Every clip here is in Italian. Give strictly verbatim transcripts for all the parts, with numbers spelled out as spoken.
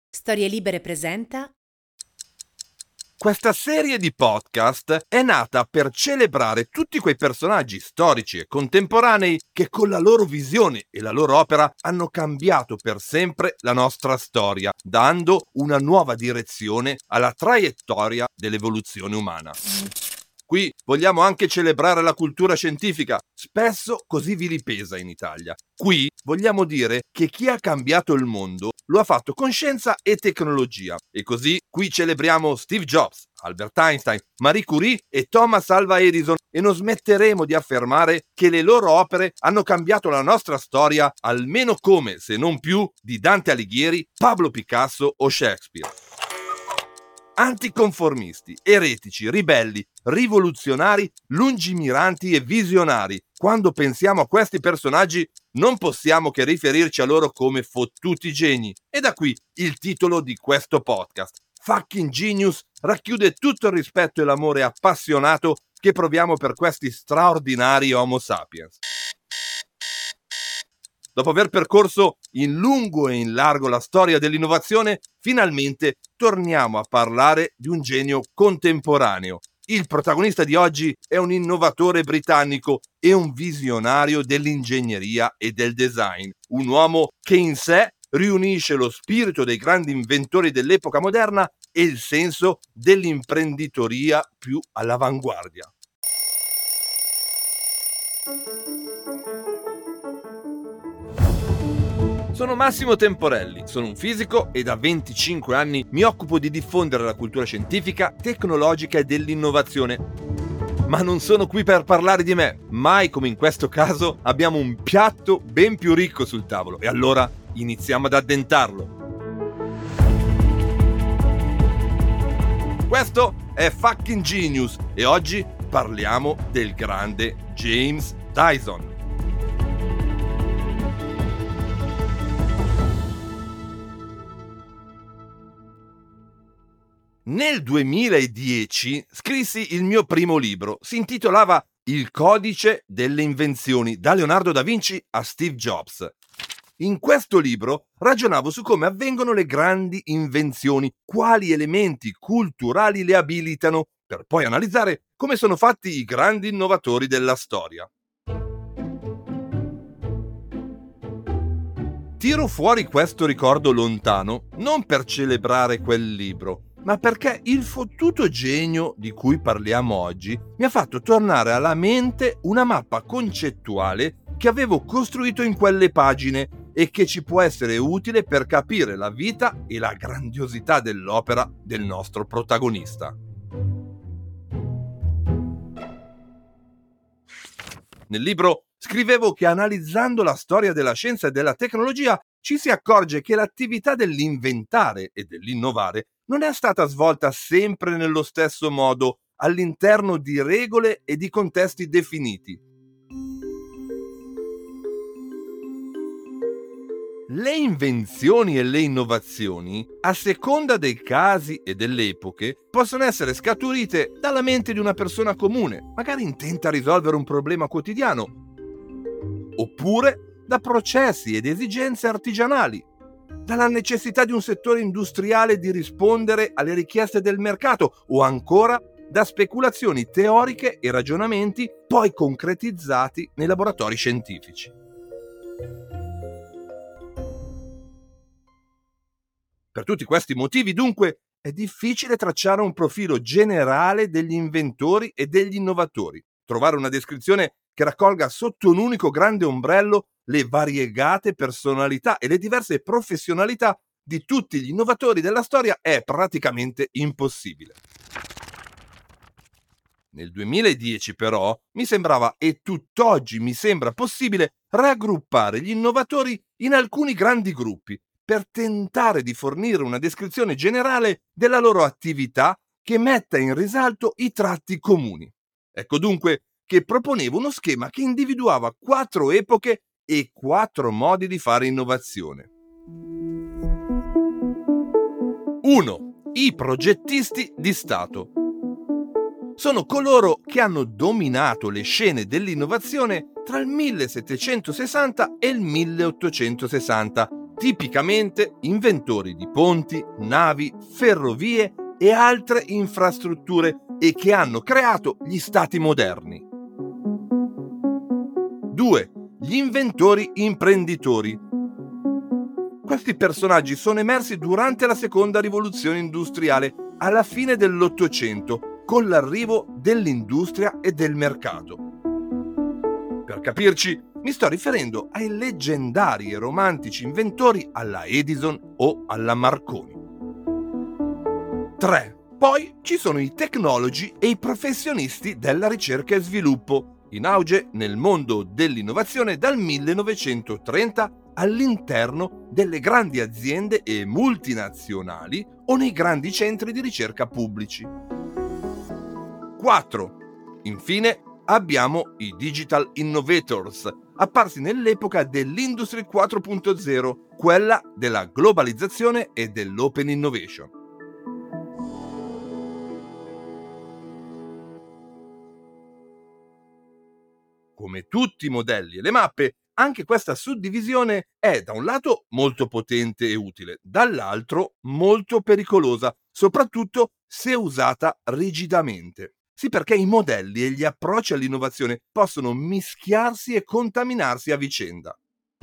Storie Libere presenta. Questa serie di podcast è nata per celebrare tutti quei personaggi storici e contemporanei che con la loro visione e la loro opera hanno cambiato per sempre la nostra storia, dando una nuova direzione alla traiettoria dell'evoluzione umana. Qui vogliamo anche celebrare la cultura scientifica, spesso così vilipesa in Italia. Qui vogliamo dire che chi ha cambiato il mondo lo ha fatto con scienza e tecnologia. E così qui celebriamo Steve Jobs, Albert Einstein, Marie Curie e Thomas Alva Edison e non smetteremo di affermare che le loro opere hanno cambiato la nostra storia almeno come, se non più, di Dante Alighieri, Pablo Picasso o Shakespeare. Anticonformisti, eretici, ribelli, rivoluzionari, lungimiranti e visionari. Quando pensiamo a questi personaggi non possiamo che riferirci a loro come fottuti geni. E da qui il titolo di questo podcast. Fucking Genius racchiude tutto il rispetto e l'amore appassionato che proviamo per questi straordinari Homo sapiens. Dopo aver percorso in lungo e in largo la storia dell'innovazione, finalmente torniamo a parlare di un genio contemporaneo. Il protagonista di oggi è un innovatore britannico e un visionario dell'ingegneria e del design, un uomo che in sé riunisce lo spirito dei grandi inventori dell'epoca moderna e il senso dell'imprenditoria più all'avanguardia. Sono Massimo Temporelli, sono un fisico e da venticinque anni mi occupo di diffondere la cultura scientifica, tecnologica e dell'innovazione. Ma non sono qui per parlare di me, mai come in questo caso abbiamo un piatto ben più ricco sul tavolo e allora iniziamo ad addentarlo. Questo è Fucking Genius e oggi parliamo del grande James Dyson. Nel duemiladieci scrissi il mio primo libro, si intitolava Il codice delle invenzioni, da Leonardo da Vinci a Steve Jobs. In questo libro ragionavo su come avvengono le grandi invenzioni, quali elementi culturali le abilitano, per poi analizzare come sono fatti i grandi innovatori della storia. Tiro fuori questo ricordo lontano non per celebrare quel libro, ma perché il fottuto genio di cui parliamo oggi mi ha fatto tornare alla mente una mappa concettuale che avevo costruito in quelle pagine e che ci può essere utile per capire la vita e la grandiosità dell'opera del nostro protagonista. Nel libro scrivevo che analizzando la storia della scienza e della tecnologia ci si accorge che l'attività dell'inventare e dell'innovare non è stata svolta sempre nello stesso modo all'interno di regole e di contesti definiti. Le invenzioni e le innovazioni, a seconda dei casi e delle epoche, possono essere scaturite dalla mente di una persona comune, magari intenta a risolvere un problema quotidiano, oppure da processi ed esigenze artigianali, dalla necessità di un settore industriale di rispondere alle richieste del mercato o ancora da speculazioni teoriche e ragionamenti poi concretizzati nei laboratori scientifici. Per tutti questi motivi, dunque, è difficile tracciare un profilo generale degli inventori e degli innovatori, trovare una descrizione che raccolga sotto un unico grande ombrello le variegate personalità e le diverse professionalità di tutti gli innovatori della storia è praticamente impossibile. Nel duemiladieci però mi sembrava e tutt'oggi mi sembra possibile raggruppare gli innovatori in alcuni grandi gruppi per tentare di fornire una descrizione generale della loro attività che metta in risalto i tratti comuni. Ecco dunque che proponevo uno schema che individuava quattro epoche e quattro modi di fare innovazione. uno. I progettisti di Stato. Sono coloro che hanno dominato le scene dell'innovazione tra il millesettecentosessanta e il milleottocentosessanta, tipicamente inventori di ponti, navi, ferrovie e altre infrastrutture e che hanno creato gli stati moderni. due. Gli inventori imprenditori. Questi personaggi sono emersi durante la seconda rivoluzione industriale, alla fine dell'Ottocento, con l'arrivo dell'industria e del mercato. Per capirci, mi sto riferendo ai leggendari e romantici inventori alla Edison o alla Marconi. tre. Poi ci sono i tecnologi e i professionisti della ricerca e sviluppo, in auge nel mondo dell'innovazione dal millenovecentotrenta all'interno delle grandi aziende e multinazionali o nei grandi centri di ricerca pubblici. quattro. Infine abbiamo i Digital Innovators, apparsi nell'epoca dell'Industry quattro punto zero, quella della globalizzazione e dell'open innovation. Come tutti i modelli e le mappe, anche questa suddivisione è da un lato molto potente e utile, dall'altro molto pericolosa, soprattutto se usata rigidamente. Sì, perché i modelli e gli approcci all'innovazione possono mischiarsi e contaminarsi a vicenda.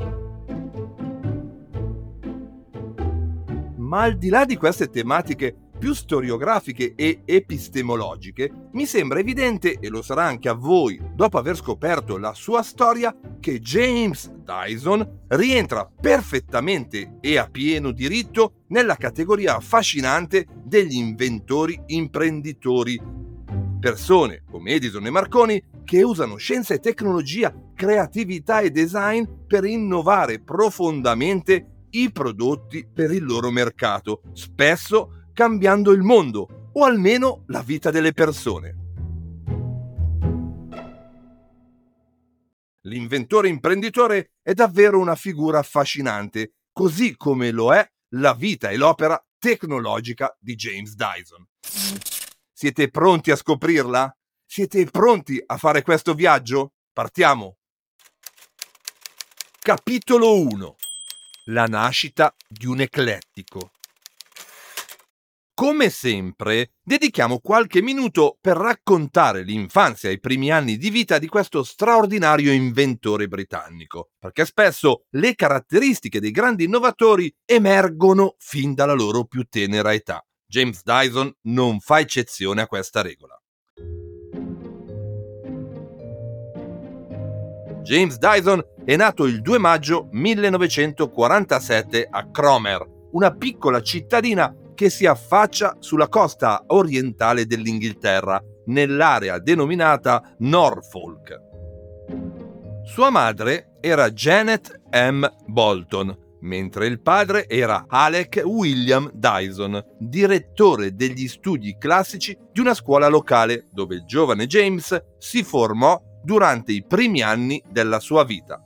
Ma al di là di queste tematiche più storiografiche e epistemologiche, mi sembra evidente, e lo sarà anche a voi dopo aver scoperto la sua storia, che James Dyson rientra perfettamente e a pieno diritto nella categoria affascinante degli inventori imprenditori. Persone come Edison e Marconi che usano scienza e tecnologia, creatività e design per innovare profondamente i prodotti per il loro mercato, spesso cambiando il mondo, o almeno la vita delle persone. L'inventore imprenditore è davvero una figura affascinante, così come lo è la vita e l'opera tecnologica di James Dyson. Siete pronti a scoprirla? Siete pronti a fare questo viaggio? Partiamo! Capitolo uno. La nascita di un eclettico. Come sempre, dedichiamo qualche minuto per raccontare l'infanzia e i primi anni di vita di questo straordinario inventore britannico, perché spesso le caratteristiche dei grandi innovatori emergono fin dalla loro più tenera età. James Dyson non fa eccezione a questa regola. James Dyson è nato il due maggio millenovecentoquarantasette a Cromer, una piccola cittadina che si affaccia sulla costa orientale dell'Inghilterra, nell'area denominata Norfolk. Sua madre era Janet M. Bolton, mentre il padre era Alec William Dyson, direttore degli studi classici di una scuola locale, dove il giovane James si formò durante i primi anni della sua vita.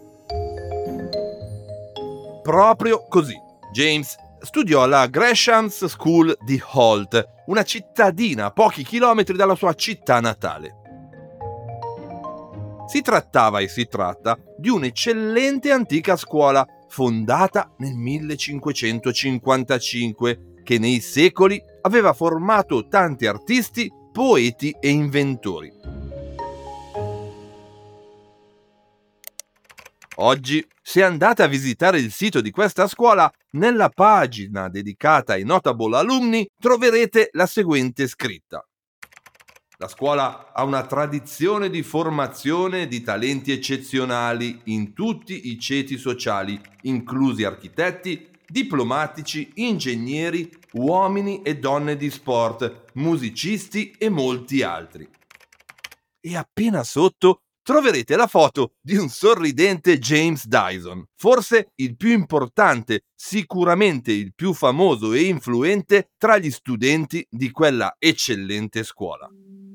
Proprio così, James studiò alla Gresham's School di Holt, una cittadina a pochi chilometri dalla sua città natale. Si trattava e si tratta di un'eccellente antica scuola fondata nel millecinquecentocinquantacinque, che nei secoli aveva formato tanti artisti, poeti e inventori. Oggi, se andate a visitare il sito di questa scuola, nella pagina dedicata ai Notable Alumni troverete la seguente scritta. La scuola ha una tradizione di formazione di talenti eccezionali in tutti i ceti sociali, inclusi architetti, diplomatici, ingegneri, uomini e donne di sport, musicisti e molti altri. E appena sotto troverete la foto di un sorridente James Dyson, forse il più importante, sicuramente il più famoso e influente tra gli studenti di quella eccellente scuola.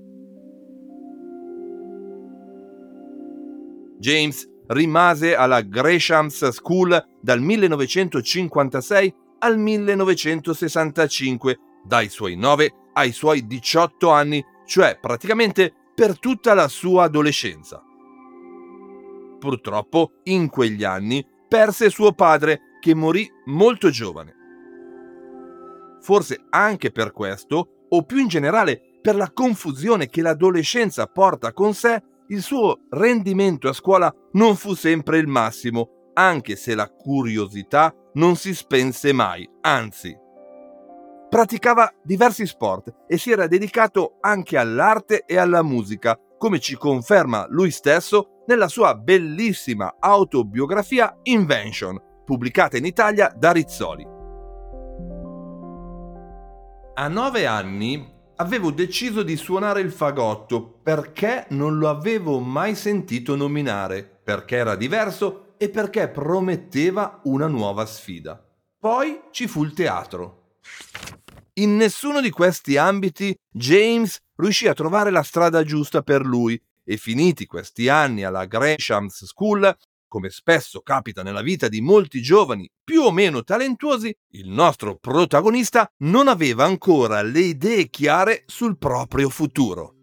James rimase alla Gresham's School dal millenovecentocinquantasei al millenovecentosessantacinque, dai suoi nove ai suoi diciotto anni, cioè praticamente per tutta la sua adolescenza. Purtroppo, in quegli anni, perse suo padre che morì molto giovane. Forse anche per questo, o più in generale per la confusione che l'adolescenza porta con sé, il suo rendimento a scuola non fu sempre il massimo, anche se la curiosità non si spense mai, anzi. Praticava diversi sport e si era dedicato anche all'arte e alla musica, come ci conferma lui stesso nella sua bellissima autobiografia Invention, pubblicata in Italia da Rizzoli. A nove anni avevo deciso di suonare il fagotto perché non lo avevo mai sentito nominare, perché era diverso e perché prometteva una nuova sfida. Poi ci fu il teatro. In nessuno di questi ambiti James riuscì a trovare la strada giusta per lui e finiti questi anni alla Gresham's School, come spesso capita nella vita di molti giovani più o meno talentuosi, il nostro protagonista non aveva ancora le idee chiare sul proprio futuro.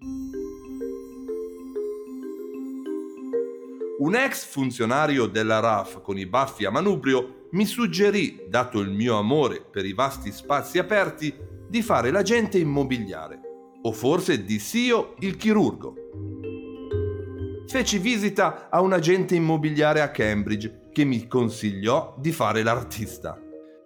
Un ex funzionario della R A F con i baffi a manubrio mi suggerì, dato il mio amore per i vasti spazi aperti, di fare l'agente immobiliare, o forse dissi io il chirurgo. Feci visita a un agente immobiliare a Cambridge che mi consigliò di fare l'artista.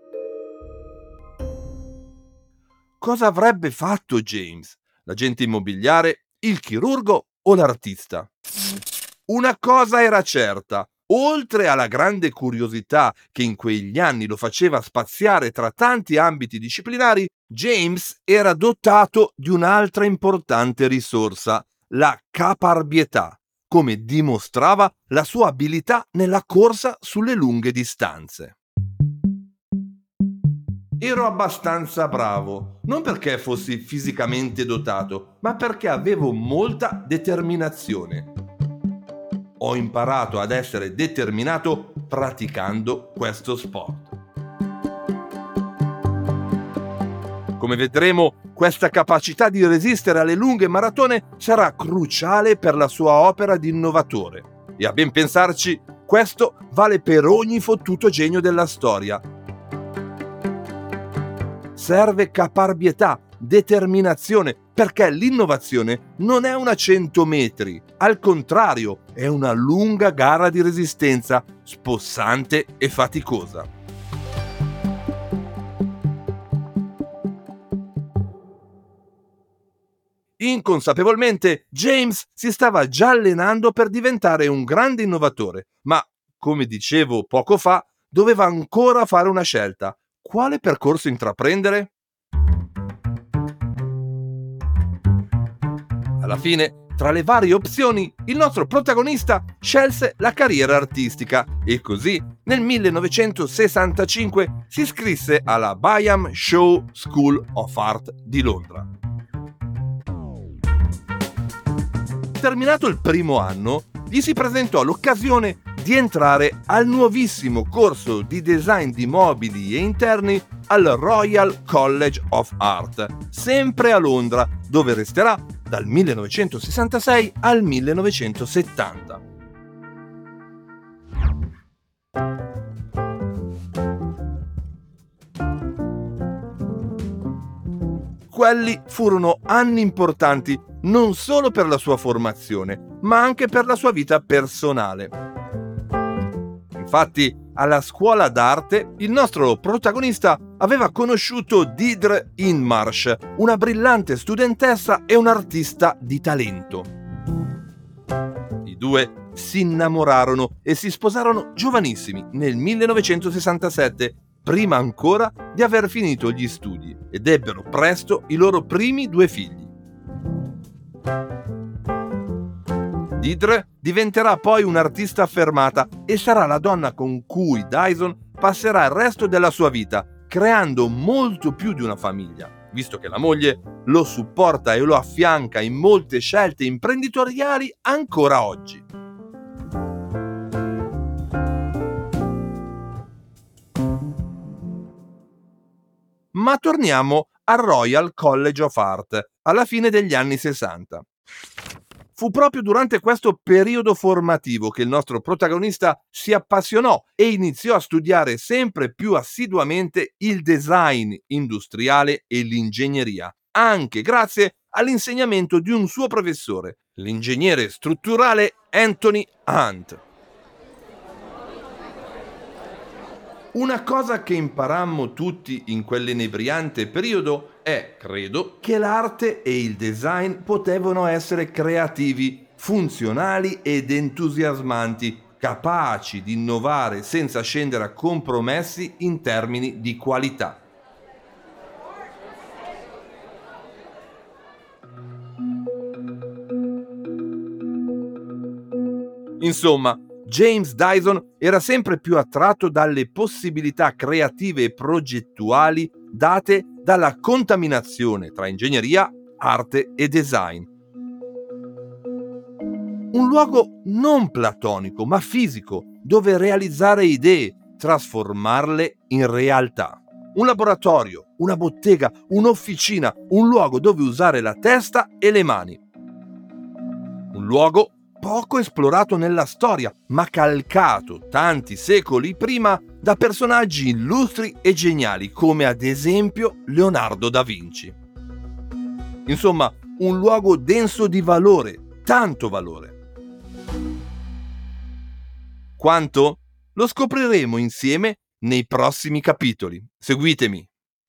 Cosa avrebbe fatto James? L'agente immobiliare, il chirurgo o l'artista? Una cosa era certa: oltre alla grande curiosità che in quegli anni lo faceva spaziare tra tanti ambiti disciplinari, James era dotato di un'altra importante risorsa, la caparbietà, come dimostrava la sua abilità nella corsa sulle lunghe distanze. Ero abbastanza bravo, non perché fossi fisicamente dotato, ma perché avevo molta determinazione. Ho imparato ad essere determinato praticando questo sport. Come vedremo, questa capacità di resistere alle lunghe maratone sarà cruciale per la sua opera di innovatore. E a ben pensarci, questo vale per ogni fottuto genio della storia. Serve caparbietà, determinazione, perché l'innovazione non è una cento metri, al contrario, è una lunga gara di resistenza, spossante e faticosa. Inconsapevolmente, James si stava già allenando per diventare un grande innovatore, ma, come dicevo poco fa, doveva ancora fare una scelta. Quale percorso intraprendere? Alla fine, tra le varie opzioni, il nostro protagonista scelse la carriera artistica e così, nel millenovecentosessantacinque, si iscrisse alla Byam Shaw School of Art di Londra. Terminato il primo anno, gli si presentò l'occasione di entrare al nuovissimo corso di design di mobili e interni al Royal College of Art, sempre a Londra, dove resterà dal millenovecentosessantasei al millenovecentosettanta. Quelli furono anni importanti non solo per la sua formazione, ma anche per la sua vita personale. Infatti, alla scuola d'arte, il nostro protagonista aveva conosciuto Deirdre Inmarsh, una brillante studentessa e un artista di talento. I due si innamorarono e si sposarono giovanissimi nel millenovecentosessantasette, prima ancora di aver finito gli studi, ed ebbero presto i loro primi due figli. Deirdre diventerà poi un'artista affermata e sarà la donna con cui Dyson passerà il resto della sua vita, creando molto più di una famiglia, visto che la moglie lo supporta e lo affianca in molte scelte imprenditoriali ancora oggi. Ma torniamo al Royal College of Art alla fine degli anni sessanta. Fu proprio durante questo periodo formativo che il nostro protagonista si appassionò e iniziò a studiare sempre più assiduamente il design industriale e l'ingegneria, anche grazie all'insegnamento di un suo professore, l'ingegnere strutturale Anthony Hunt. Una cosa che imparammo tutti in quell'inebriante periodo è, credo, che l'arte e il design potevano essere creativi, funzionali ed entusiasmanti, capaci di innovare senza scendere a compromessi in termini di qualità. Insomma, James Dyson era sempre più attratto dalle possibilità creative e progettuali date dalla contaminazione tra ingegneria, arte e design. Un luogo non platonico, ma fisico, dove realizzare idee, trasformarle in realtà. Un laboratorio, una bottega, un'officina, un luogo dove usare la testa e le mani. Un luogo poco esplorato nella storia, ma calcato tanti secoli prima da personaggi illustri e geniali, come ad esempio Leonardo da Vinci. Insomma, un luogo denso di valore, tanto valore. Quanto? Lo scopriremo insieme nei prossimi capitoli. Seguitemi.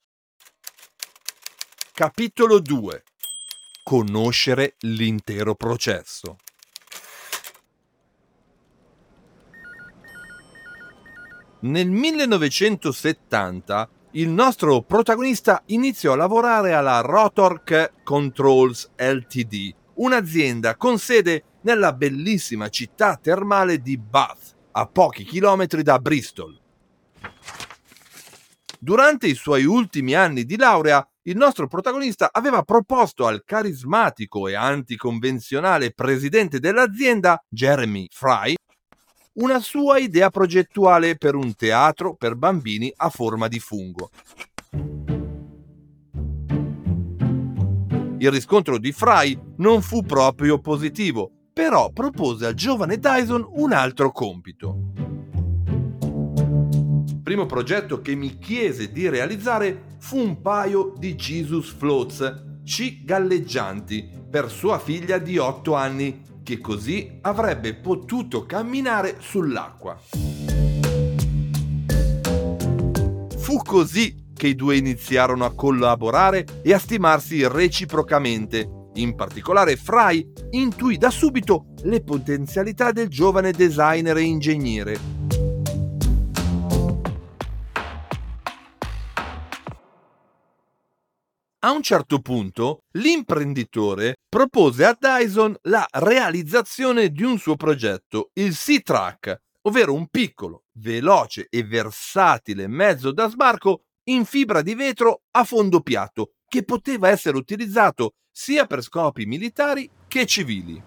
Capitolo due. Conoscere l'intero processo. Nel millenovecentosettanta il nostro protagonista iniziò a lavorare alla Rotork Controls Ltd, un'azienda con sede nella bellissima città termale di Bath, a pochi chilometri da Bristol. Durante i suoi ultimi anni di laurea, il nostro protagonista aveva proposto al carismatico e anticonvenzionale presidente dell'azienda, Jeremy Fry, una sua idea progettuale per un teatro per bambini a forma di fungo. Il riscontro di Fry non fu proprio positivo, però propose al giovane Dyson un altro compito. Il primo progetto che mi chiese di realizzare fu un paio di Jesus Floats, sci galleggianti, per sua figlia di otto anni, che così avrebbe potuto camminare sull'acqua. Fu così che i due iniziarono a collaborare e a stimarsi reciprocamente. In particolare Fry intuì da subito le potenzialità del giovane designer e ingegnere. A un certo punto, l'imprenditore propose a Dyson la realizzazione di un suo progetto, il Sea-Track, ovvero un piccolo, veloce e versatile mezzo da sbarco in fibra di vetro a fondo piatto, che poteva essere utilizzato sia per scopi militari che civili.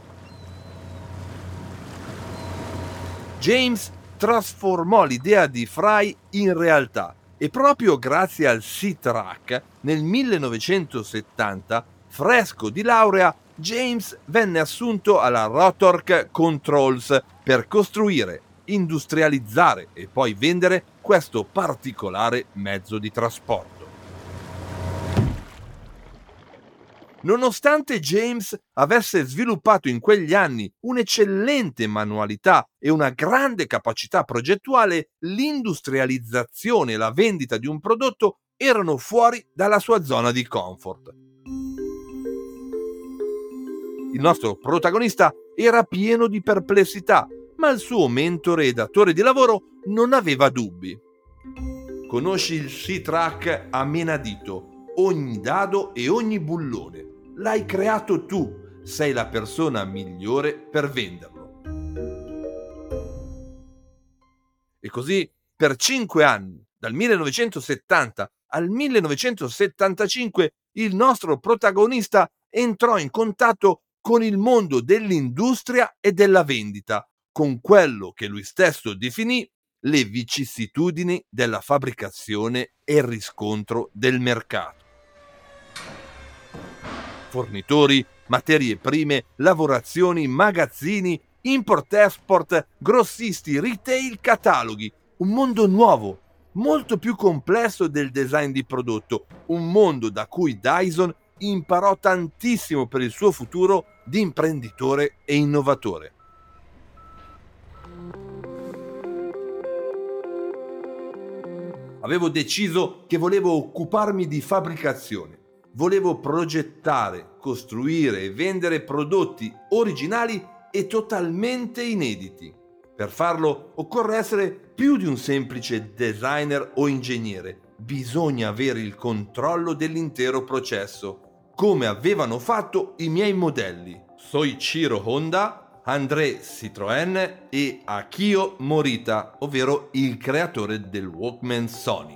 James trasformò l'idea di Fry in realtà. E proprio grazie al Sea-Track, nel millenovecentosettanta, fresco di laurea, James venne assunto alla Rotork Controls per costruire, industrializzare e poi vendere questo particolare mezzo di trasporto. Nonostante James avesse sviluppato in quegli anni un'eccellente manualità e una grande capacità progettuale, l'industrializzazione e la vendita di un prodotto erano fuori dalla sua zona di comfort. Il nostro protagonista era pieno di perplessità, ma il suo mentore e datore di lavoro non aveva dubbi. Conosci il Sea-Track a menadito, ogni dado e ogni bullone. L'hai creato tu, sei la persona migliore per venderlo. E così, per cinque anni, dal millenovecentosettanta al millenovecentosettantacinque, il nostro protagonista entrò in contatto con il mondo dell'industria e della vendita, con quello che lui stesso definì le vicissitudini della fabbricazione e il riscontro del mercato. Fornitori, materie prime, lavorazioni, magazzini, import-export, grossisti, retail, cataloghi. Un mondo nuovo, molto più complesso del design di prodotto, un mondo da cui Dyson imparò tantissimo per il suo futuro di imprenditore e innovatore. Avevo deciso che volevo occuparmi di fabbricazione. Volevo progettare, costruire e vendere prodotti originali e totalmente inediti. Per farlo occorre essere più di un semplice designer o ingegnere. Bisogna avere il controllo dell'intero processo, come avevano fatto i miei modelli Soichiro Honda, André Citroën e Akio Morita, ovvero il creatore del Walkman Sony.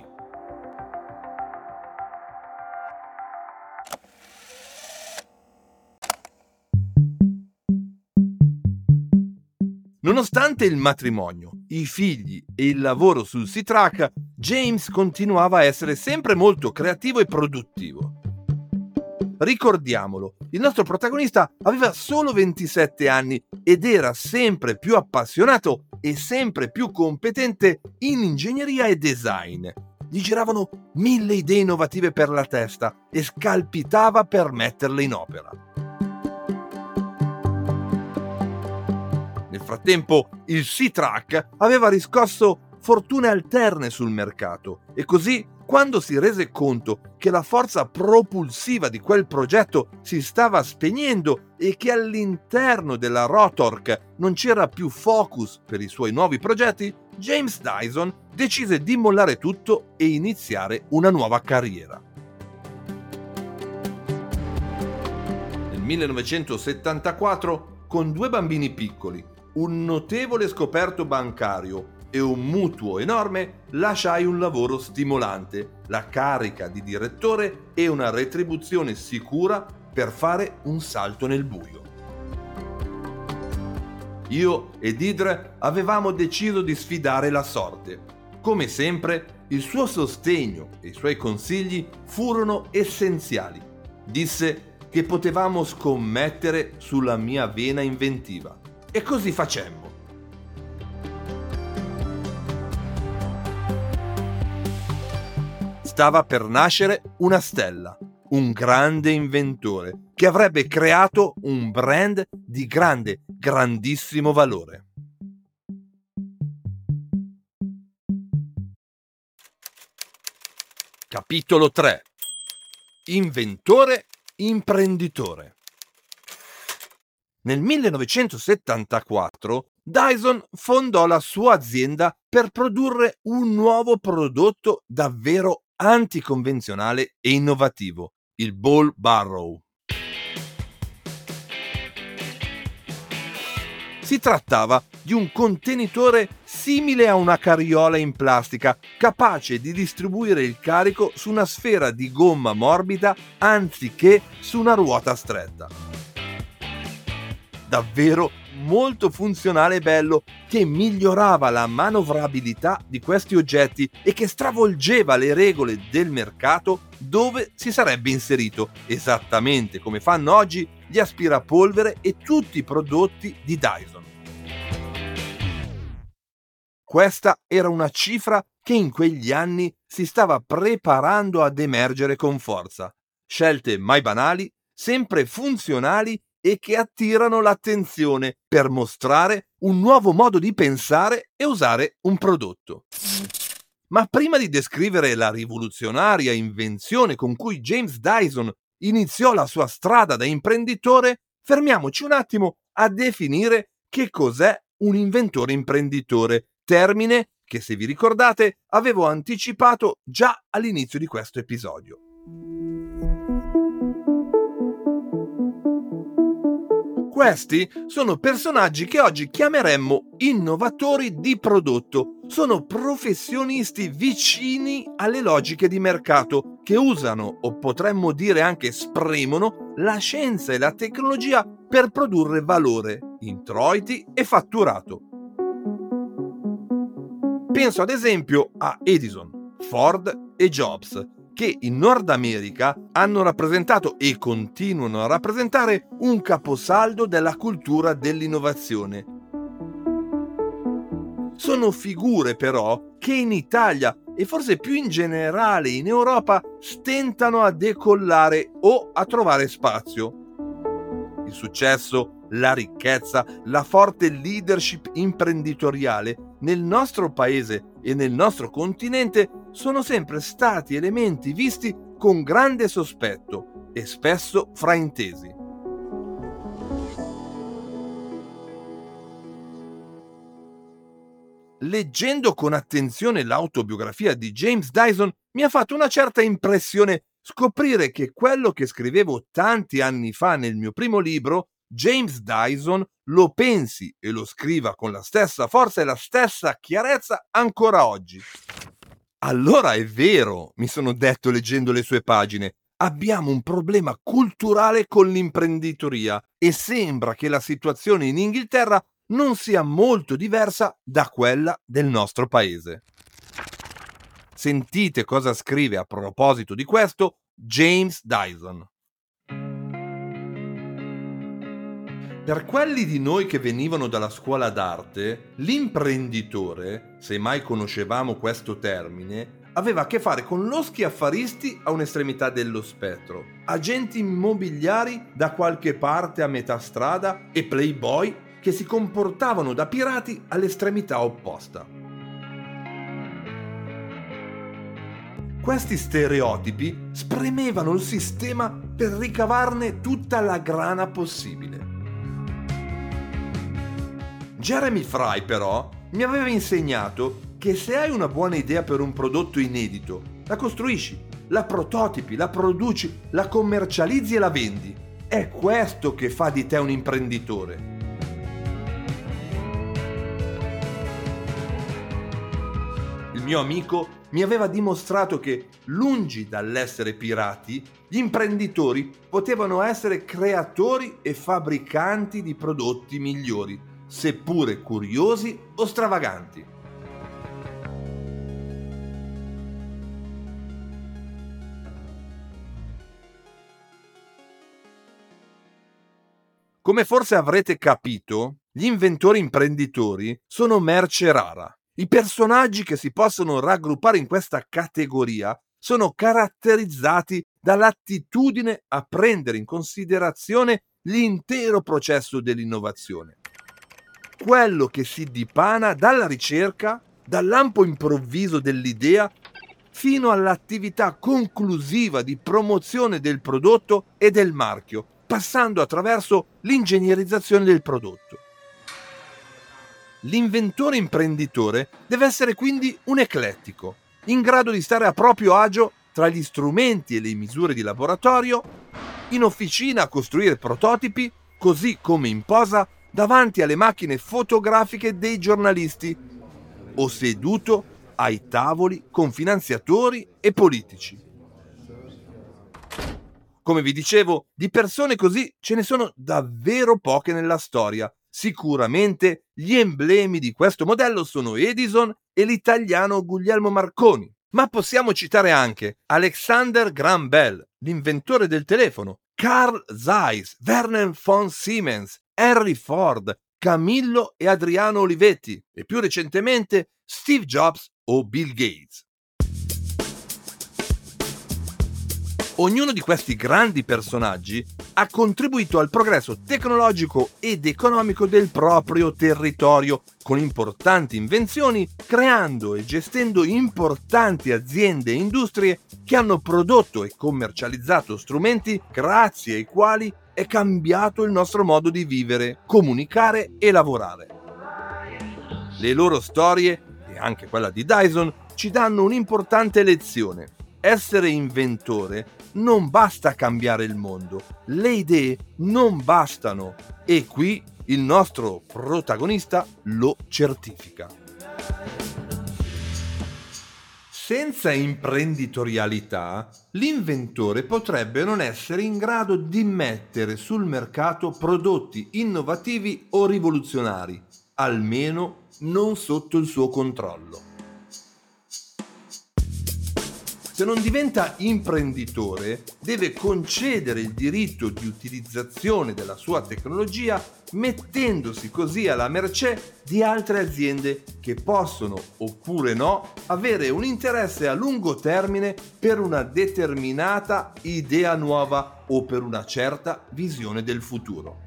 Nonostante il matrimonio, i figli e il lavoro sul C-Track, James continuava a essere sempre molto creativo e produttivo. Ricordiamolo, il nostro protagonista aveva solo ventisette anni ed era sempre più appassionato e sempre più competente in ingegneria e design. Gli giravano mille idee innovative per la testa e scalpitava per metterle in opera. Nel frattempo, il C-Track aveva riscosso fortune alterne sul mercato e così, quando si rese conto che la forza propulsiva di quel progetto si stava spegnendo e che all'interno della Rotork non c'era più focus per i suoi nuovi progetti, James Dyson decise di mollare tutto e iniziare una nuova carriera. Nel millenovecentosettantaquattro, con due bambini piccoli, un notevole scoperto bancario e un mutuo enorme, lasciai un lavoro stimolante, la carica di direttore e una retribuzione sicura per fare un salto nel buio. Io ed Idre avevamo deciso di sfidare la sorte. Come sempre, il suo sostegno e i suoi consigli furono essenziali. Disse che potevamo scommettere sulla mia vena inventiva. E così facemmo. Stava per nascere una stella, un grande inventore che avrebbe creato un brand di grande, grandissimo valore. Capitolo tre. Inventore, imprenditore. Nel millenovecentosettantaquattro Dyson fondò la sua azienda per produrre un nuovo prodotto davvero anticonvenzionale e innovativo, il Ball Barrow. Si trattava di un contenitore simile a una carriola in plastica, capace di distribuire il carico su una sfera di gomma morbida anziché su una ruota stretta. Davvero molto funzionale e bello, che migliorava la manovrabilità di questi oggetti e che stravolgeva le regole del mercato dove si sarebbe inserito, esattamente come fanno oggi gli aspirapolvere e tutti i prodotti di Dyson. Questa era una cifra che in quegli anni si stava preparando ad emergere con forza. Scelte mai banali, sempre funzionali e che attirano l'attenzione per mostrare un nuovo modo di pensare e usare un prodotto. Ma prima di descrivere la rivoluzionaria invenzione con cui James Dyson iniziò la sua strada da imprenditore, fermiamoci un attimo a definire che cos'è un inventore imprenditore, termine che, se vi ricordate, avevo anticipato già all'inizio di questo episodio. Questi sono personaggi che oggi chiameremmo innovatori di prodotto. Sono professionisti vicini alle logiche di mercato che usano, o potremmo dire anche spremono, la scienza e la tecnologia per produrre valore, introiti e fatturato. Penso ad esempio a Edison, Ford e Jobs, che in Nord America hanno rappresentato e continuano a rappresentare un caposaldo della cultura dell'innovazione. Sono figure però che in Italia e forse più in generale in Europa stentano a decollare o a trovare spazio. Il successo, la ricchezza, la forte leadership imprenditoriale nel nostro paese e nel nostro continente sono sempre stati elementi visti con grande sospetto e spesso fraintesi. Leggendo con attenzione l'autobiografia di James Dyson mi ha fatto una certa impressione scoprire che quello che scrivevo tanti anni fa nel mio primo libro, James Dyson lo pensi e lo scriva con la stessa forza e la stessa chiarezza ancora oggi. Allora è vero, mi sono detto leggendo le sue pagine, abbiamo un problema culturale con l'imprenditoria e sembra che la situazione in Inghilterra non sia molto diversa da quella del nostro paese. Sentite cosa scrive a proposito di questo James Dyson. Per quelli di noi che venivano dalla scuola d'arte, l'imprenditore, se mai conoscevamo questo termine, aveva a che fare con loschi affaristi a un'estremità dello spettro, agenti immobiliari da qualche parte a metà strada e playboy che si comportavano da pirati all'estremità opposta. Questi stereotipi spremevano il sistema per ricavarne tutta la grana possibile. Jeremy Fry però mi aveva insegnato che se hai una buona idea per un prodotto inedito, la costruisci, la prototipi, la produci, la commercializzi e la vendi. È questo che fa di te un imprenditore. Il mio amico mi aveva dimostrato che, lungi dall'essere pirati, gli imprenditori potevano essere creatori e fabbricanti di prodotti migliori, seppure curiosi o stravaganti. Come forse avrete capito, gli inventori imprenditori sono merce rara. I personaggi che si possono raggruppare in questa categoria sono caratterizzati dall'attitudine a prendere in considerazione l'intero processo dell'innovazione. Quello che si dipana dalla ricerca, dal lampo improvviso dell'idea, fino all'attività conclusiva di promozione del prodotto e del marchio, passando attraverso l'ingegnerizzazione del prodotto. L'inventore imprenditore deve essere quindi un eclettico, in grado di stare a proprio agio tra gli strumenti e le misure di laboratorio, in officina a costruire prototipi, così come in posa davanti alle macchine fotografiche dei giornalisti, o seduto ai tavoli con finanziatori e politici. Come vi dicevo, di persone così ce ne sono davvero poche nella storia. Sicuramente gli emblemi di questo modello sono Edison e l'italiano Guglielmo Marconi, ma possiamo citare anche Alexander Graham Bell, l'inventore del telefono, Carl Zeiss, Werner von Siemens, Henry Ford, Camillo e Adriano Olivetti e più recentemente Steve Jobs o Bill Gates. Ognuno di questi grandi personaggi ha contribuito al progresso tecnologico ed economico del proprio territorio, con importanti invenzioni, creando e gestendo importanti aziende e industrie che hanno prodotto e commercializzato strumenti grazie ai quali è cambiato il nostro modo di vivere, comunicare e lavorare. Le loro storie, e anche quella di Dyson, ci danno un'importante lezione. Essere inventore non basta cambiare il mondo, le idee non bastano e qui il nostro protagonista lo certifica. Senza imprenditorialità, l'inventore potrebbe non essere in grado di mettere sul mercato prodotti innovativi o rivoluzionari, almeno non sotto il suo controllo. Se se non diventa imprenditore, deve concedere il diritto di utilizzazione della sua tecnologia, mettendosi così alla mercé di altre aziende che possono, oppure no, avere un interesse a lungo termine per una determinata idea nuova o per una certa visione del futuro.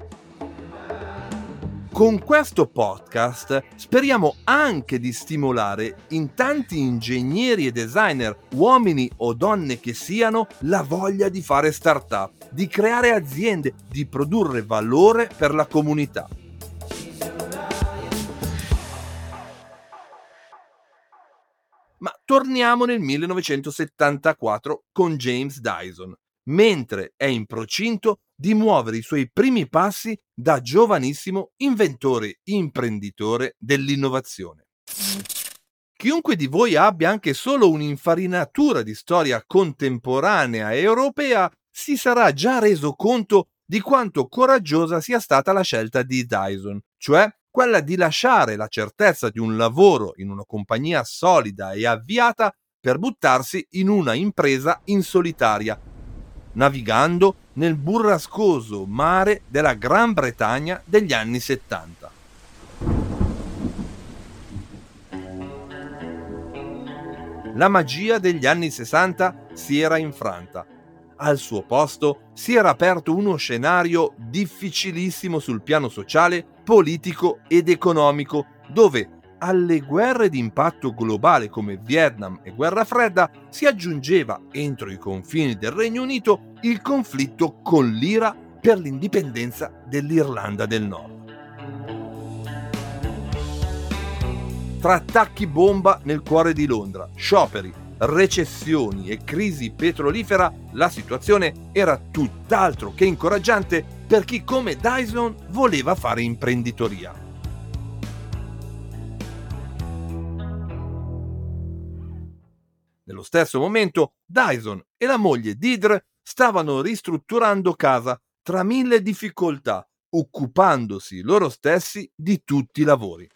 Con questo podcast speriamo anche di stimolare in tanti ingegneri e designer, uomini o donne che siano, la voglia di fare startup, di creare aziende, di produrre valore per la comunità. Ma torniamo nel millenovecentosettantaquattro con James Dyson, mentre è in procinto di muovere i suoi primi passi da giovanissimo inventore imprenditore dell'innovazione. Chiunque di voi abbia anche solo un'infarinatura di storia contemporanea e europea si sarà già reso conto di quanto coraggiosa sia stata la scelta di Dyson, cioè quella di lasciare la certezza di un lavoro in una compagnia solida e avviata per buttarsi in una impresa in solitaria, navigando nel burrascoso mare della Gran Bretagna degli anni settanta. La magia degli anni sessanta si era infranta. Al suo posto si era aperto uno scenario difficilissimo sul piano sociale, politico ed economico, dove alle guerre di impatto globale come Vietnam e Guerra Fredda si aggiungeva, entro i confini del Regno Unito, il conflitto con l'Ira per l'indipendenza dell'Irlanda del Nord. Tra attacchi bomba nel cuore di Londra, scioperi, recessioni e crisi petrolifera, la situazione era tutt'altro che incoraggiante per chi come Dyson voleva fare imprenditoria. Nello stesso momento, Dyson e la moglie Deirdre stavano ristrutturando casa tra mille difficoltà, occupandosi loro stessi di tutti i lavori.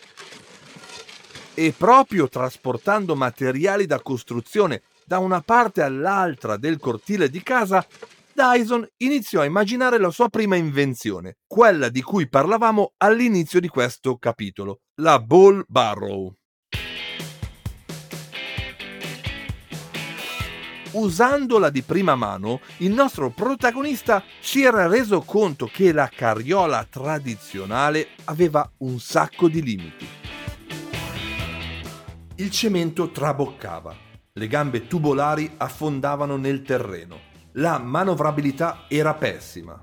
E proprio trasportando materiali da costruzione da una parte all'altra del cortile di casa, Dyson iniziò a immaginare la sua prima invenzione, quella di cui parlavamo all'inizio di questo capitolo, la Ball Barrow. Usandola di prima mano, il nostro protagonista si era reso conto che la carriola tradizionale aveva un sacco di limiti. Il cemento traboccava, le gambe tubolari affondavano nel terreno, la manovrabilità era pessima.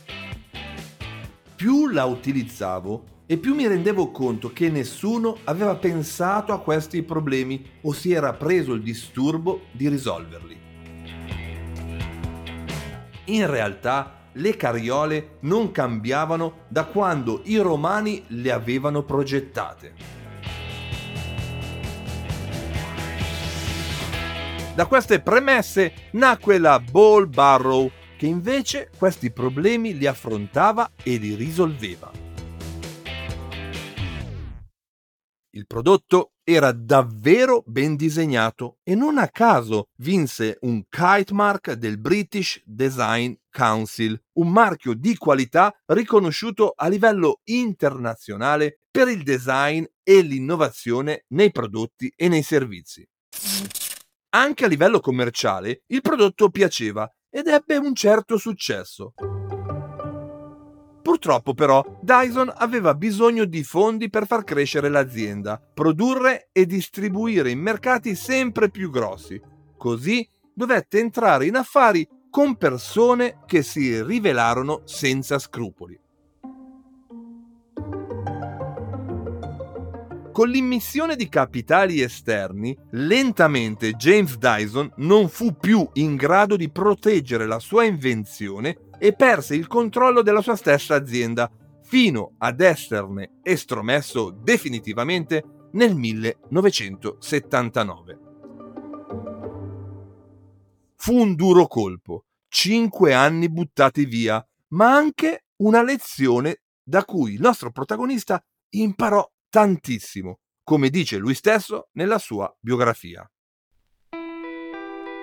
Più la utilizzavo e più mi rendevo conto che nessuno aveva pensato a questi problemi o si era preso il disturbo di risolverli. In realtà le carriole non cambiavano da quando i romani le avevano progettate. Da queste premesse nacque la Ball Barrow, che invece questi problemi li affrontava e li risolveva. Il prodotto era davvero ben disegnato e non a caso vinse un Kite Mark del British Design Council, un marchio di qualità riconosciuto a livello internazionale per il design e l'innovazione nei prodotti e nei servizi. Anche a livello commerciale il prodotto piaceva ed ebbe un certo successo. Purtroppo però Dyson aveva bisogno di fondi per far crescere l'azienda, produrre e distribuire in mercati sempre più grossi. Così dovette entrare in affari con persone che si rivelarono senza scrupoli. Con l'immissione di capitali esterni, lentamente James Dyson non fu più in grado di proteggere la sua invenzione e perse il controllo della sua stessa azienda, fino ad esserne estromesso definitivamente nel millenovecentosettantanove. Fu un duro colpo, cinque anni buttati via, ma anche una lezione da cui il nostro protagonista imparò tantissimo, come dice lui stesso nella sua biografia.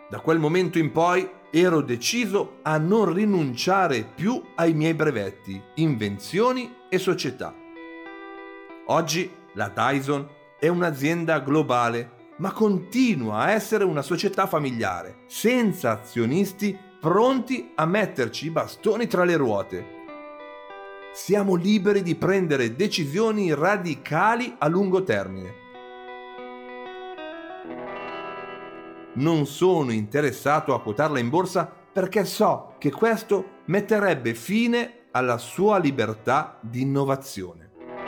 Da quel momento in poi ero deciso a non rinunciare più ai miei brevetti, invenzioni e società. Oggi la Dyson è un'azienda globale, ma continua a essere una società familiare, senza azionisti pronti a metterci i bastoni tra le ruote. Siamo liberi di prendere decisioni radicali a lungo termine. Non sono interessato a quotarla in borsa perché so che questo metterebbe fine alla sua libertà di innovazione.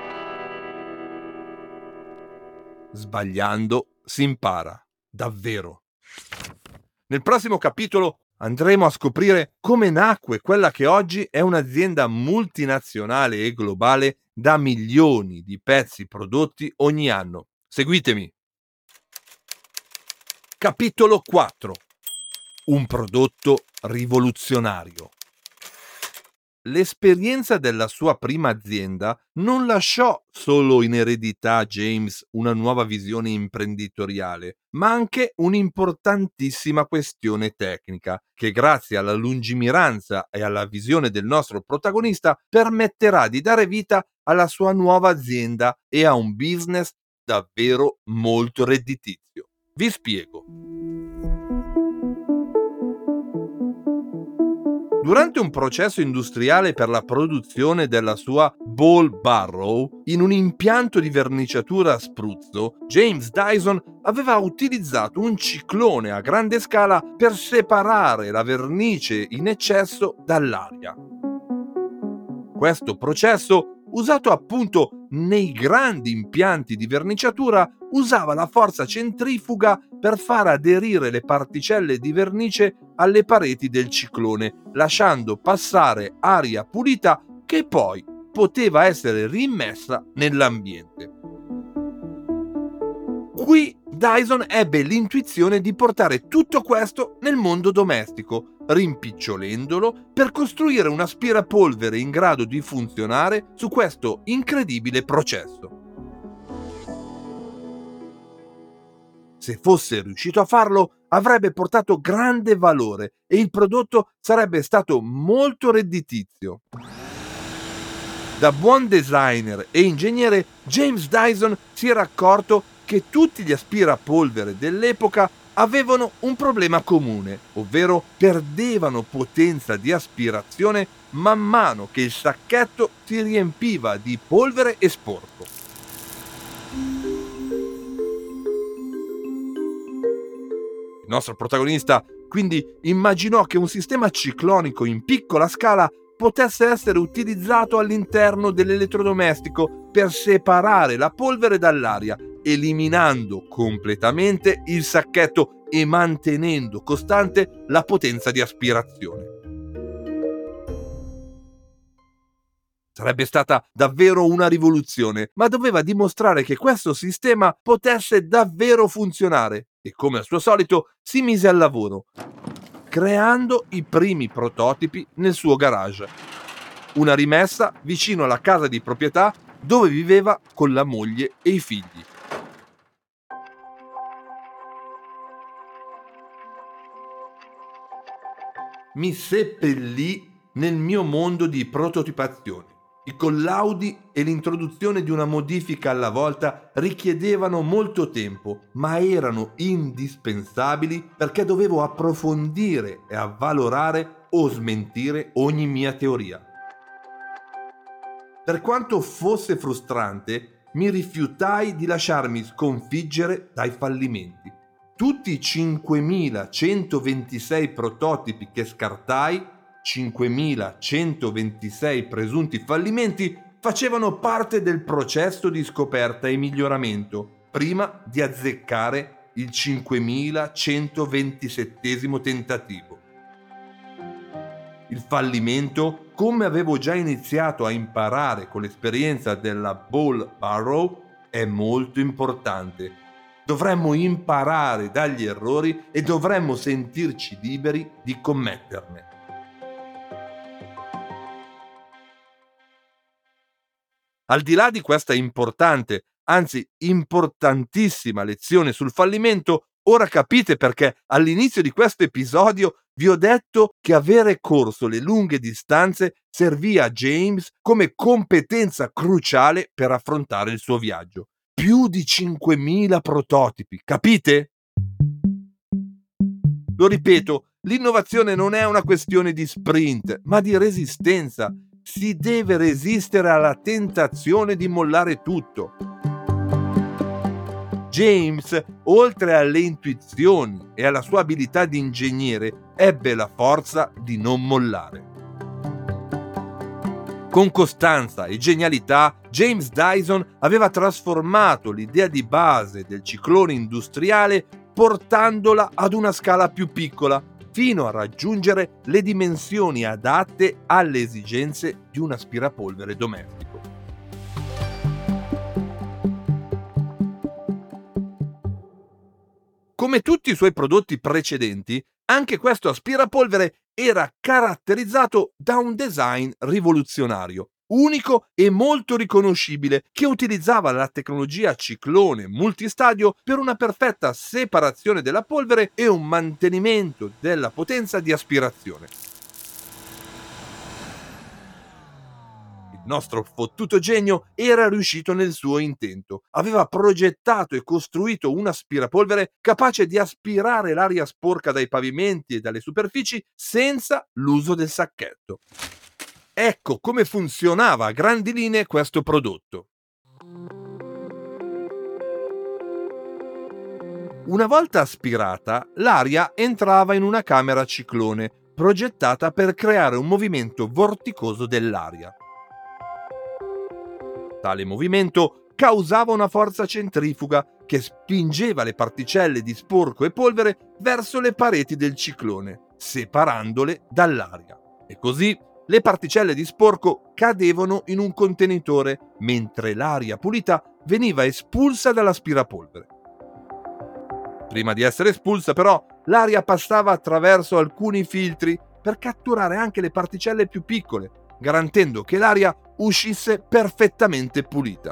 Sbagliando si impara, davvero. Nel prossimo capitolo andremo a scoprire come nacque quella che oggi è un'azienda multinazionale e globale da milioni di pezzi prodotti ogni anno. Seguitemi. Capitolo quattro. Un prodotto rivoluzionario. L'esperienza della sua prima azienda non lasciò solo in eredità a James una nuova visione imprenditoriale, ma anche un'importantissima questione tecnica, che grazie alla lungimiranza e alla visione del nostro protagonista permetterà di dare vita alla sua nuova azienda e a un business davvero molto redditizio. Vi spiego. Durante un processo industriale per la produzione della sua Ball Barrow, in un impianto di verniciatura a spruzzo, James Dyson aveva utilizzato un ciclone a grande scala per separare la vernice in eccesso dall'aria. Questo processo, usato appunto nei grandi impianti di verniciatura, usava la forza centrifuga per far aderire le particelle di vernice alle pareti del ciclone, lasciando passare aria pulita che poi poteva essere rimmessa nell'ambiente. Qui Dyson ebbe l'intuizione di portare tutto questo nel mondo domestico, rimpicciolendolo per costruire un aspirapolvere in grado di funzionare su questo incredibile processo. Se fosse riuscito a farlo, avrebbe portato grande valore e il prodotto sarebbe stato molto redditizio. Da buon designer e ingegnere, James Dyson si era accorto che tutti gli aspirapolvere dell'epoca avevano un problema comune, ovvero perdevano potenza di aspirazione man mano che il sacchetto si riempiva di polvere e sporco. Il nostro protagonista quindi immaginò che un sistema ciclonico in piccola scala potesse essere utilizzato all'interno dell'elettrodomestico per separare la polvere dall'aria, eliminando completamente il sacchetto e mantenendo costante la potenza di aspirazione. Sarebbe stata davvero una rivoluzione, ma doveva dimostrare che questo sistema potesse davvero funzionare e, come al suo solito, si mise al lavoro, creando i primi prototipi nel suo garage. Una rimessa vicino alla casa di proprietà dove viveva con la moglie e i figli. Mi seppellì nel mio mondo di prototipazione. I collaudi e l'introduzione di una modifica alla volta richiedevano molto tempo, ma erano indispensabili perché dovevo approfondire e avvalorare o smentire ogni mia teoria. Per quanto fosse frustrante, mi rifiutai di lasciarmi sconfiggere dai fallimenti. Tutti i cinquemilacentoventisei prototipi che scartai, cinquemilacentoventisei presunti fallimenti, facevano parte del processo di scoperta e miglioramento, prima di azzeccare il cinquemilacentoventisettesimo tentativo. Il fallimento, come avevo già iniziato a imparare con l'esperienza della Ball Barrow, è molto importante. Dovremmo imparare dagli errori e dovremmo sentirci liberi di commetterne. Al di là di questa importante, anzi importantissima lezione sul fallimento, Ora capite perché all'inizio di questo episodio vi ho detto che avere corso le lunghe distanze servì a James come competenza cruciale per affrontare il suo viaggio. Più di cinquemila prototipi, capite? Lo ripeto, l'innovazione non è una questione di sprint, ma di resistenza. Si deve resistere alla tentazione di mollare tutto. James, oltre alle intuizioni e alla sua abilità di ingegnere, ebbe la forza di non mollare. Con costanza e genialità, James Dyson aveva trasformato l'idea di base del ciclone industriale portandola ad una scala più piccola, fino a raggiungere le dimensioni adatte alle esigenze di un aspirapolvere domestico. Come tutti i suoi prodotti precedenti, anche questo aspirapolvere era caratterizzato da un design rivoluzionario, unico e molto riconoscibile, che utilizzava la tecnologia ciclone multistadio per una perfetta separazione della polvere e un mantenimento della potenza di aspirazione. Il nostro fottuto genio era riuscito nel suo intento. Aveva progettato e costruito un aspirapolvere capace di aspirare l'aria sporca dai pavimenti e dalle superfici senza l'uso del sacchetto. Ecco come funzionava a grandi linee questo prodotto. Una volta aspirata, l'aria entrava in una camera a ciclone, progettata per creare un movimento vorticoso dell'aria. Tale movimento causava una forza centrifuga che spingeva le particelle di sporco e polvere verso le pareti del ciclone, separandole dall'aria. E così le particelle di sporco cadevano in un contenitore, mentre l'aria pulita veniva espulsa dall'aspirapolvere. Prima di essere espulsa, però, l'aria passava attraverso alcuni filtri per catturare anche le particelle più piccole, garantendo che l'aria uscisse perfettamente pulita.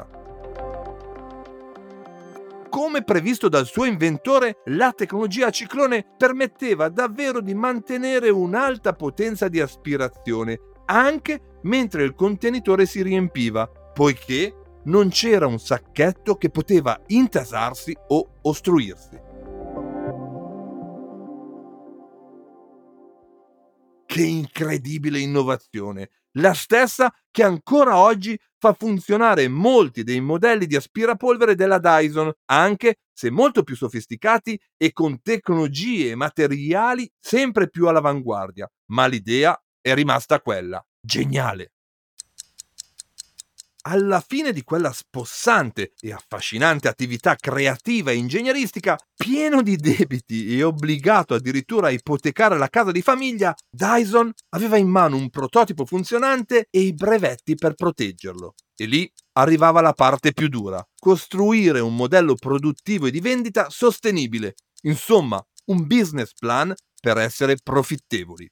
Come previsto dal suo inventore, la tecnologia a ciclone permetteva davvero di mantenere un'alta potenza di aspirazione anche mentre il contenitore si riempiva, poiché non c'era un sacchetto che poteva intasarsi o ostruirsi. Che incredibile innovazione! La stessa che ancora oggi fa funzionare molti dei modelli di aspirapolvere della Dyson, anche se molto più sofisticati e con tecnologie e materiali sempre più all'avanguardia. Ma l'idea è rimasta quella. Geniale! Alla fine di quella spossante e affascinante attività creativa e ingegneristica, pieno di debiti e obbligato addirittura a ipotecare la casa di famiglia, Dyson aveva in mano un prototipo funzionante e i brevetti per proteggerlo. E lì arrivava la parte più dura: costruire un modello produttivo e di vendita sostenibile. Insomma, un business plan per essere profittevoli.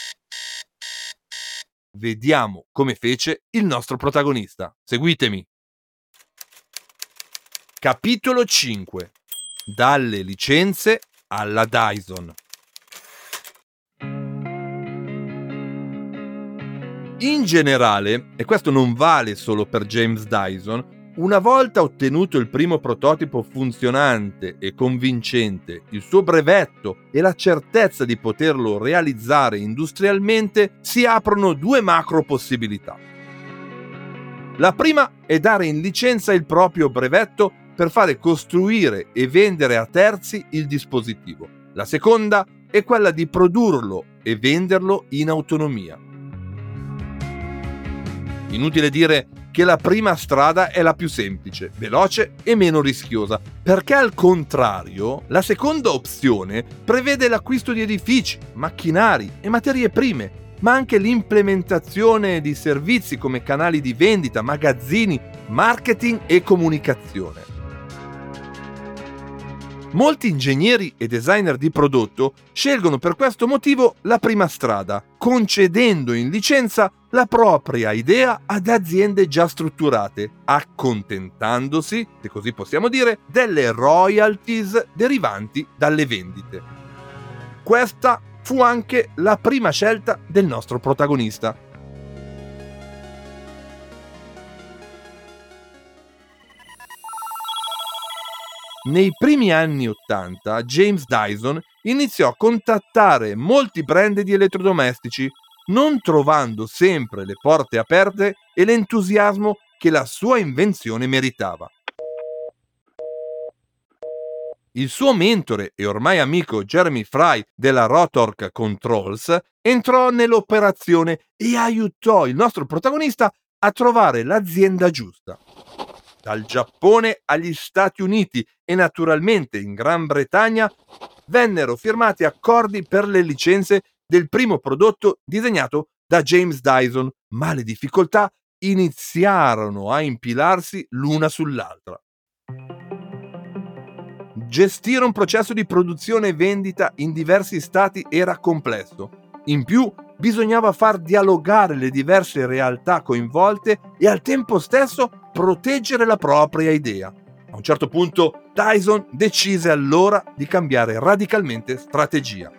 Vediamo come fece il nostro protagonista. Seguitemi. Capitolo cinque. Dalle licenze alla Dyson. In generale, e questo non vale solo per James Dyson, una volta ottenuto il primo prototipo funzionante e convincente, il suo brevetto e la certezza di poterlo realizzare industrialmente, si aprono due macro possibilità. La prima è dare in licenza il proprio brevetto per fare costruire e vendere a terzi il dispositivo. La seconda è quella di produrlo e venderlo in autonomia. Inutile dire che la prima strada è la più semplice, veloce e meno rischiosa, perché al contrario, la seconda opzione prevede l'acquisto di edifici, macchinari e materie prime, ma anche l'implementazione di servizi come canali di vendita, magazzini, marketing e comunicazione. Molti ingegneri e designer di prodotto scelgono per questo motivo la prima strada, concedendo in licenza la propria idea ad aziende già strutturate, accontentandosi, se così possiamo dire, delle royalties derivanti dalle vendite. Questa fu anche la prima scelta del nostro protagonista. Nei primi anni ottanta James Dyson iniziò a contattare molti brand di elettrodomestici, non trovando sempre le porte aperte e l'entusiasmo che la sua invenzione meritava. Il suo mentore e ormai amico Jeremy Fry della Rotork Controls entrò nell'operazione e aiutò il nostro protagonista a trovare l'azienda giusta. Dal Giappone agli Stati Uniti e naturalmente in Gran Bretagna vennero firmati accordi per le licenze del primo prodotto disegnato da James Dyson, ma le difficoltà iniziarono a impilarsi l'una sull'altra. Gestire un processo di produzione e vendita in diversi stati era complesso. In più, bisognava far dialogare le diverse realtà coinvolte e al tempo stesso proteggere la propria idea. A un certo punto Dyson decise allora di cambiare radicalmente strategia.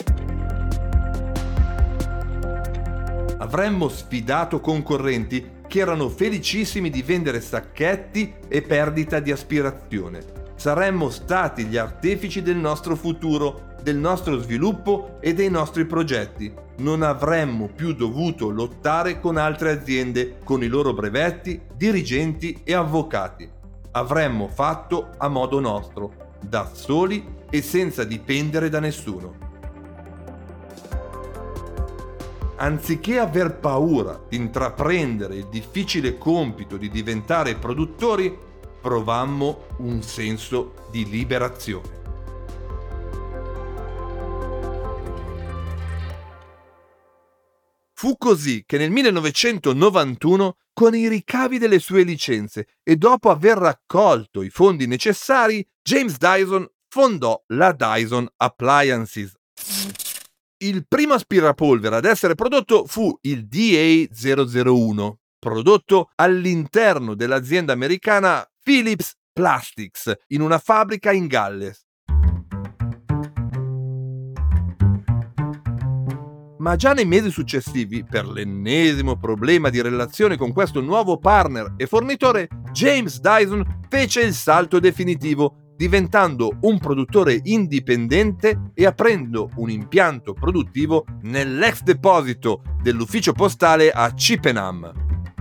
Avremmo sfidato concorrenti che erano felicissimi di vendere sacchetti e perdita di aspirazione. Saremmo stati gli artefici del nostro futuro, del nostro sviluppo e dei nostri progetti. Non avremmo più dovuto lottare con altre aziende, con i loro brevetti, dirigenti e avvocati. Avremmo fatto a modo nostro, da soli e senza dipendere da nessuno. Anziché aver paura di intraprendere il difficile compito di diventare produttori, provammo un senso di liberazione. Fu così che nel millenovecentonovantuno, con i ricavi delle sue licenze e dopo aver raccolto i fondi necessari, James Dyson fondò la Dyson Appliances. Il primo aspirapolvere ad essere prodotto fu il D A zero zero uno, prodotto all'interno dell'azienda americana Philips Plastics in una fabbrica in Galles. Ma già nei mesi successivi, per l'ennesimo problema di relazione con questo nuovo partner e fornitore, James Dyson fece il salto definitivo, diventando un produttore indipendente e aprendo un impianto produttivo nell'ex deposito dell'ufficio postale a Chippenham.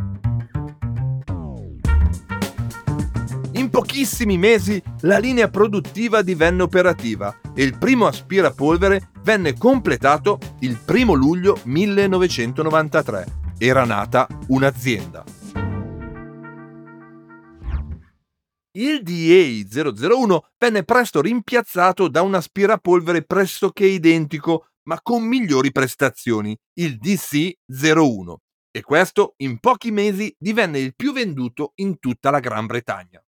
In pochissimi mesi la linea produttiva divenne operativa e il primo aspirapolvere venne completato il primo luglio millenovecentonovantatré. Era nata un'azienda. Il D A zero zero uno venne presto rimpiazzato da un aspirapolvere pressoché identico, ma con migliori prestazioni, il D C zero uno, e questo in pochi mesi divenne il più venduto in tutta la Gran Bretagna.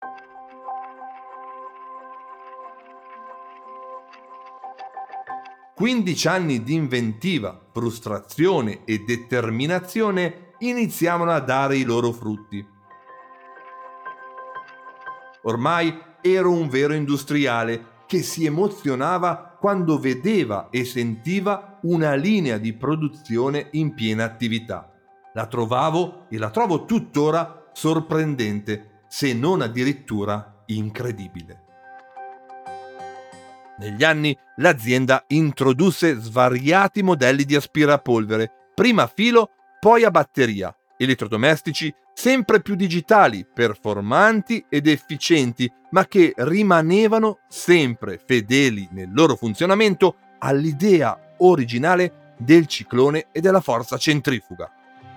quindici anni di inventiva, frustrazione e determinazione iniziavano a dare i loro frutti. Ormai ero un vero industriale che si emozionava quando vedeva e sentiva una linea di produzione in piena attività. La trovavo e la trovo tuttora sorprendente, se non addirittura incredibile. Negli anni l'azienda introdusse svariati modelli di aspirapolvere, prima a filo, poi a batteria, elettrodomestici sempre più digitali, performanti ed efficienti, ma che rimanevano sempre fedeli nel loro funzionamento all'idea originale del ciclone e della forza centrifuga.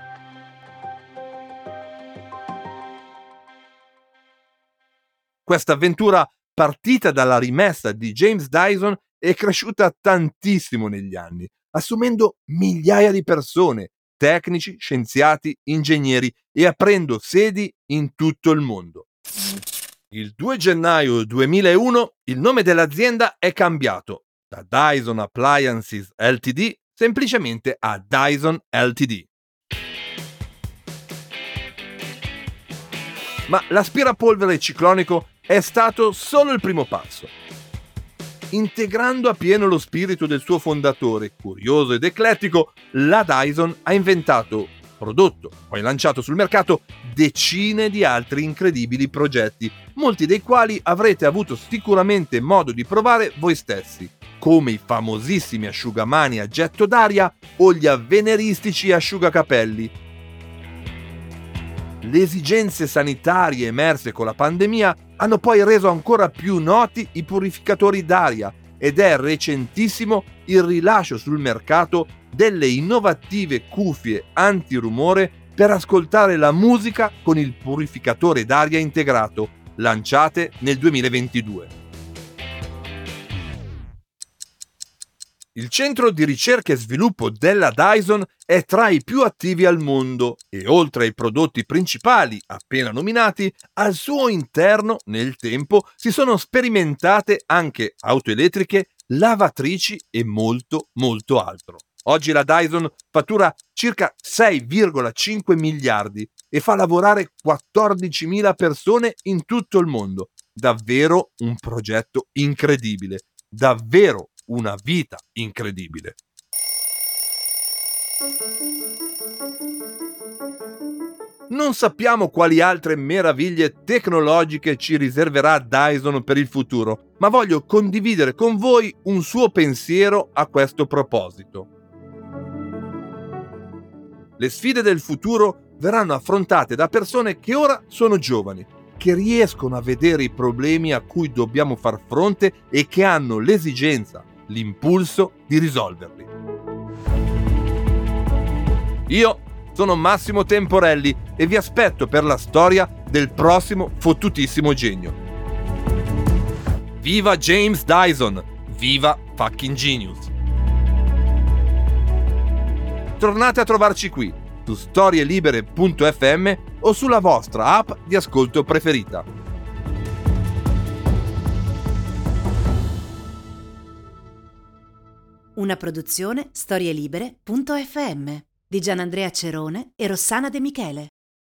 Questa avventura, partita dalla rimessa di James Dyson, è cresciuta tantissimo negli anni, assumendo migliaia di persone, tecnici, scienziati, ingegneri, e aprendo sedi in tutto il mondo. Il due gennaio duemilauno il nome dell'azienda è cambiato da Dyson Appliances Ltd semplicemente a Dyson Ltd. Ma l'aspirapolvere ciclonico è stato solo il primo passo. Integrando appieno lo spirito del suo fondatore, curioso ed eclettico, la Dyson ha inventato, prodotto, poi lanciato sul mercato decine di altri incredibili progetti, molti dei quali avrete avuto sicuramente modo di provare voi stessi, come i famosissimi asciugamani a getto d'aria o gli avveniristici asciugacapelli. Le esigenze sanitarie emerse con la pandemia hanno poi reso ancora più noti i purificatori d'aria ed è recentissimo il rilascio sul mercato delle innovative cuffie antirumore per ascoltare la musica con il purificatore d'aria integrato, lanciate nel duemilaventidue. Il centro di ricerca e sviluppo della Dyson è tra i più attivi al mondo e oltre ai prodotti principali appena nominati, al suo interno nel tempo si sono sperimentate anche auto elettriche, lavatrici e molto molto altro. Oggi la Dyson fattura circa sei virgola cinque miliardi e fa lavorare quattordicimila persone in tutto il mondo. Davvero un progetto incredibile, davvero una vita incredibile. Non sappiamo quali altre meraviglie tecnologiche ci riserverà Dyson per il futuro, ma voglio condividere con voi un suo pensiero a questo proposito. Le sfide del futuro verranno affrontate da persone che ora sono giovani, che riescono a vedere i problemi a cui dobbiamo far fronte e che hanno l'esigenza, l'impulso di risolverli. Io sono Massimo Temporelli e vi aspetto per la storia del prossimo fottutissimo genio. Viva James Dyson! Viva fucking genius! Tornate a trovarci qui, su storielibere punto effe emme o sulla vostra app di ascolto preferita. Una produzione storielibere punto effe emme di Gianandrea Cerone e Rossana De Michele.